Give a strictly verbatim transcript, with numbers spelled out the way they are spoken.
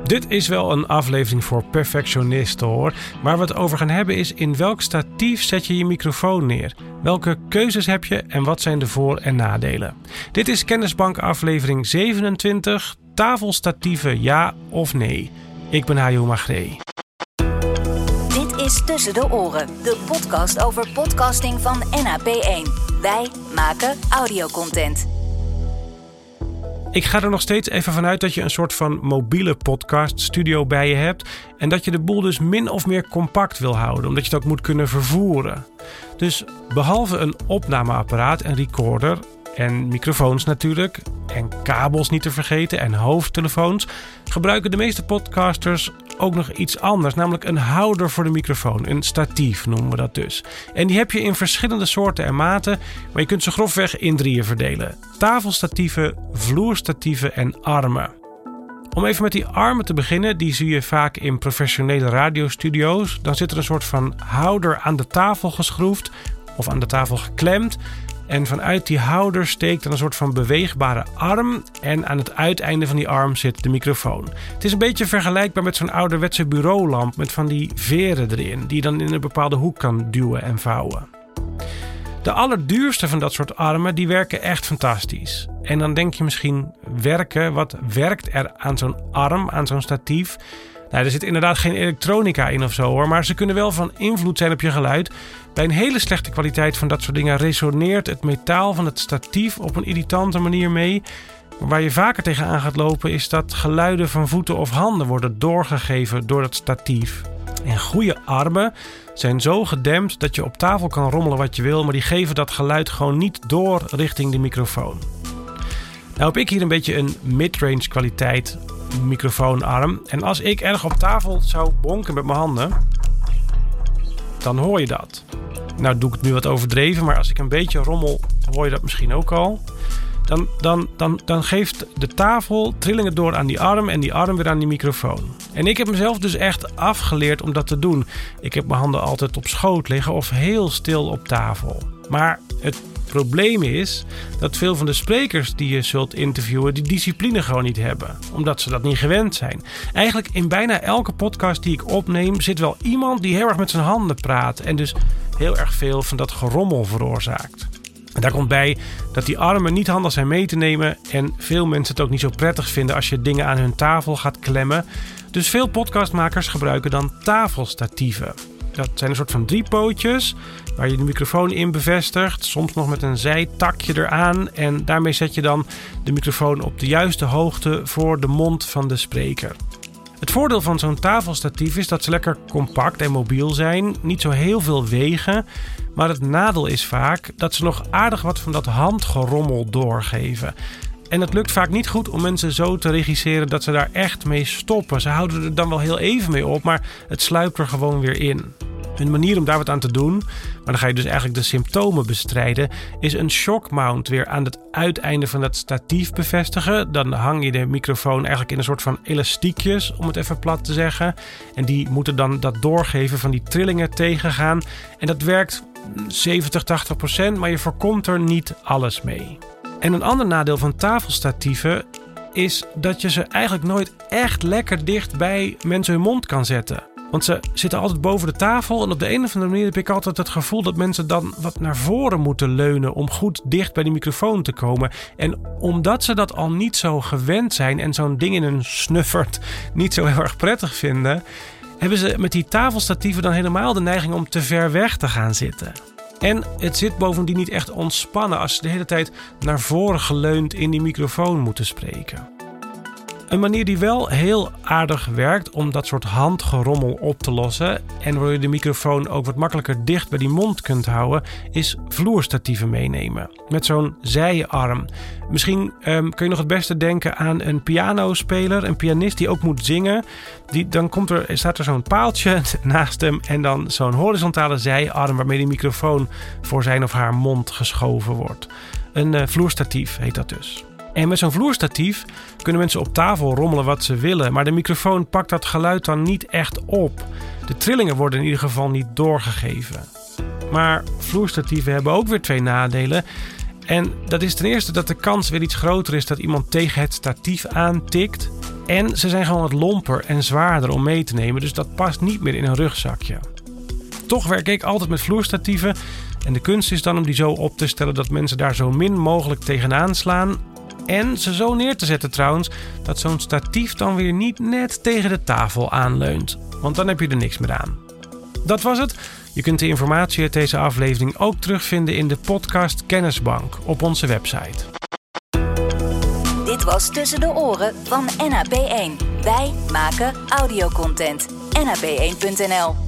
Dit is wel een aflevering voor perfectionisten hoor. Waar we het over gaan hebben is in welk statief zet je je microfoon neer? Welke keuzes heb je en wat zijn de voor- en nadelen? Dit is Kennisbank aflevering zevenentwintig. Tafelstatieven ja of nee? Ik ben Hajo Magree. Dit is Tussen de Oren, de podcast over podcasting van N A P één. Wij maken audiocontent. Ik ga er nog steeds even vanuit dat je een soort van mobiele podcaststudio bij je hebt en dat je de boel dus min of meer compact wil houden, omdat je het ook moet kunnen vervoeren. Dus behalve een opnameapparaat, een recorder en microfoons natuurlijk, en kabels niet te vergeten en hoofdtelefoons, gebruiken de meeste podcasters ook nog iets anders, namelijk een houder voor de microfoon. Een statief noemen we dat dus. En die heb je in verschillende soorten en maten, maar je kunt ze grofweg in drieën verdelen. Tafelstatieven, vloerstatieven en armen. Om even met die armen te beginnen, die zie je vaak in professionele radiostudio's. Dan zit er een soort van houder aan de tafel geschroefd of aan de tafel geklemd. En vanuit die houder steekt dan een soort van beweegbare arm. En aan het uiteinde van die arm zit de microfoon. Het is een beetje vergelijkbaar met zo'n ouderwetse bureaulamp met van die veren erin, die je dan in een bepaalde hoek kan duwen en vouwen. De allerduurste van dat soort armen, die werken echt fantastisch. En dan denk je misschien, werken, wat werkt er aan zo'n arm, aan zo'n statief? Nou, er zit inderdaad geen elektronica in of zo hoor, maar ze kunnen wel van invloed zijn op je geluid. Bij een hele slechte kwaliteit van dat soort dingen resoneert het metaal van het statief op een irritante manier mee. Maar waar je vaker tegenaan gaat lopen is dat geluiden van voeten of handen worden doorgegeven door het statief. En goede armen zijn zo gedempt dat je op tafel kan rommelen wat je wil, maar die geven dat geluid gewoon niet door richting de microfoon. Nou heb ik hier een beetje een midrange kwaliteit microfoonarm. En als ik erg op tafel zou bonken met mijn handen, dan hoor je dat. Nou doe ik het nu wat overdreven, maar als ik een beetje rommel, hoor je dat misschien ook al. Dan, dan, dan, dan geeft de tafel trillingen door aan die arm en die arm weer aan die microfoon. En ik heb mezelf dus echt afgeleerd om dat te doen. Ik heb mijn handen altijd op schoot liggen of heel stil op tafel. Maar het probleem is dat veel van de sprekers die je zult interviewen die discipline gewoon niet hebben, omdat ze dat niet gewend zijn. Eigenlijk in bijna elke podcast die ik opneem zit wel iemand die heel erg met zijn handen praat en dus heel erg veel van dat gerommel veroorzaakt. En daar komt bij dat die armen niet handig zijn mee te nemen en veel mensen het ook niet zo prettig vinden als je dingen aan hun tafel gaat klemmen. Dus veel podcastmakers gebruiken dan tafelstatieven. Dat zijn een soort van driepootjes waar je de microfoon in bevestigt, soms nog met een zijtakje eraan en daarmee zet je dan de microfoon op de juiste hoogte voor de mond van de spreker. Het voordeel van zo'n tafelstatief is dat ze lekker compact en mobiel zijn, niet zo heel veel wegen, maar het nadeel is vaak dat ze nog aardig wat van dat handgerommel doorgeven. En het lukt vaak niet goed om mensen zo te regisseren dat ze daar echt mee stoppen. Ze houden er dan wel heel even mee op, maar het sluipt er gewoon weer in. Een manier om daar wat aan te doen, maar dan ga je dus eigenlijk de symptomen bestrijden, is een shock mount weer aan het uiteinde van dat statief bevestigen. Dan hang je de microfoon eigenlijk in een soort van elastiekjes, om het even plat te zeggen. En die moeten dan dat doorgeven van die trillingen tegengaan. En dat werkt zeventig, tachtig procent, maar je voorkomt er niet alles mee. En een ander nadeel van tafelstatieven is dat je ze eigenlijk nooit echt lekker dicht bij mensen hun mond kan zetten. Want ze zitten altijd boven de tafel en op de een of andere manier heb ik altijd het gevoel dat mensen dan wat naar voren moeten leunen om goed dicht bij die microfoon te komen. En omdat ze dat al niet zo gewend zijn en zo'n ding in hun snuffert niet zo heel erg prettig vinden, hebben ze met die tafelstatieven dan helemaal de neiging om te ver weg te gaan zitten. En het zit bovendien niet echt ontspannen als ze de hele tijd naar voren geleund in die microfoon moeten spreken. Een manier die wel heel aardig werkt om dat soort handgerommel op te lossen en waar je de microfoon ook wat makkelijker dicht bij die mond kunt houden, is vloerstatieven meenemen. Met zo'n zijarm. Misschien um, kun je nog het beste denken aan een pianospeler, een pianist die ook moet zingen. Die, dan komt er, staat er zo'n paaltje naast hem en dan zo'n horizontale zijarm waarmee die microfoon voor zijn of haar mond geschoven wordt. Een uh, vloerstatief heet dat dus. En met zo'n vloerstatief kunnen mensen op tafel rommelen wat ze willen, maar de microfoon pakt dat geluid dan niet echt op. De trillingen worden in ieder geval niet doorgegeven. Maar vloerstatieven hebben ook weer twee nadelen. En dat is ten eerste dat de kans weer iets groter is dat iemand tegen het statief aantikt. En ze zijn gewoon wat lomper en zwaarder om mee te nemen, dus dat past niet meer in een rugzakje. Toch werk ik altijd met vloerstatieven. En de kunst is dan om die zo op te stellen dat mensen daar zo min mogelijk tegenaan slaan. En ze zo neer te zetten trouwens, dat zo'n statief dan weer niet net tegen de tafel aanleunt. Want dan heb je er niks meer aan. Dat was het. Je kunt de informatie uit deze aflevering ook terugvinden in de podcast Kennisbank op onze website. Dit was Tussen de Oren van N A P één. Wij maken audiocontent. N A P één punt N L